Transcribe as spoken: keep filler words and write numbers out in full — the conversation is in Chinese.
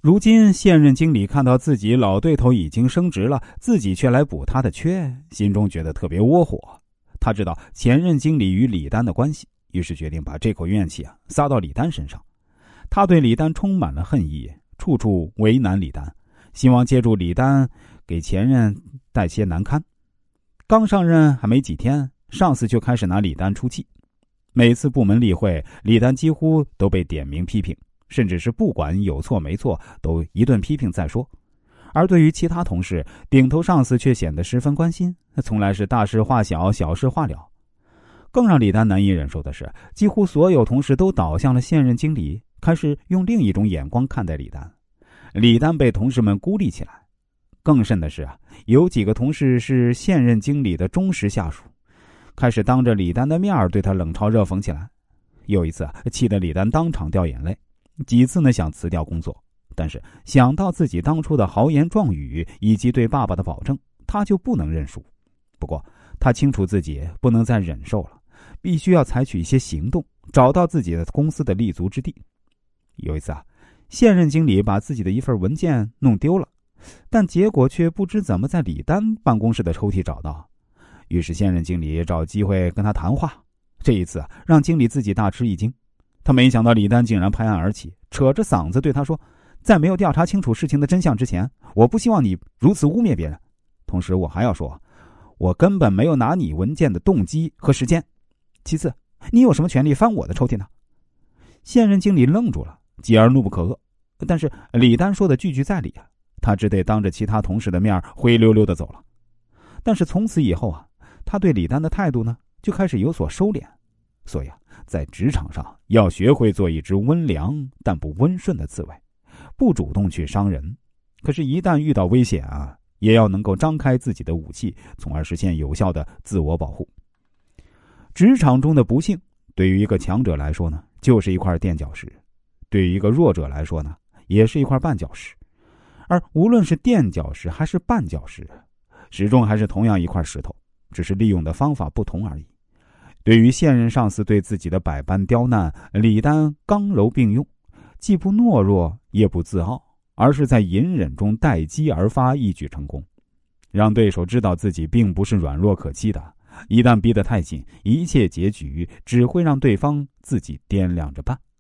如今现任经理看到自己老对头已经升职了，自己却来补他的缺，心中觉得特别窝火。他知道前任经理与李丹的关系，于是决定把这口怨气啊撒到李丹身上。他对李丹充满了恨意，处处为难李丹，希望借助李丹给前任带些难堪。刚上任还没几天，上司就开始拿李丹出气。每次部门例会，李丹几乎都被点名批评，甚至是不管有错没错都一顿批评再说。而对于其他同事，顶头上司却显得十分关心，从来是大事化小，小事化了。更让李丹难以忍受的是，几乎所有同事都倒向了现任经理，开始用另一种眼光看待李丹。李丹被同事们孤立起来。更甚的是啊，有几个同事是现任经理的忠实下属，开始当着李丹的面对他冷嘲热讽起来。有一次啊，气得李丹当场掉眼泪，几次呢想辞掉工作，但是想到自己当初的豪言壮语以及对爸爸的保证，他就不能认输。不过他清楚自己不能再忍受了，必须要采取一些行动，找到自己的公司的立足之地。有一次啊，现任经理把自己的一份文件弄丢了，但结果却不知怎么在李丹办公室的抽屉找到。于是现任经理找机会跟他谈话，这一次啊，让经理自己大吃一惊。他没想到李丹竟然拍案而起，扯着嗓子对他说，在没有调查清楚事情的真相之前，我不希望你如此污蔑别人。同时我还要说，我根本没有拿你文件的动机和时间。其次，你有什么权利翻我的抽屉呢？现任经理愣住了，继而怒不可遏。但是李丹说的句句在理啊，他只得当着其他同事的面灰溜溜的走了。但是从此以后啊，他对李丹的态度呢就开始有所收敛。所以啊，在职场上要学会做一只温良但不温顺的刺猬，不主动去伤人，可是一旦遇到危险啊，也要能够张开自己的武器，从而实现有效的自我保护。职场中的不幸对于一个强者来说呢，就是一块垫脚石，对于一个弱者来说呢，也是一块绊脚石。而无论是垫脚石还是绊脚石，始终还是同样一块石头，只是利用的方法不同而已。对于现任上司对自己的百般刁难，李丹刚柔并用，既不懦弱也不自傲，而是在隐忍中待机而发，一举成功，让对手知道自己并不是软弱可欺的。一旦逼得太紧，一切结局只会让对方自己掂量着办。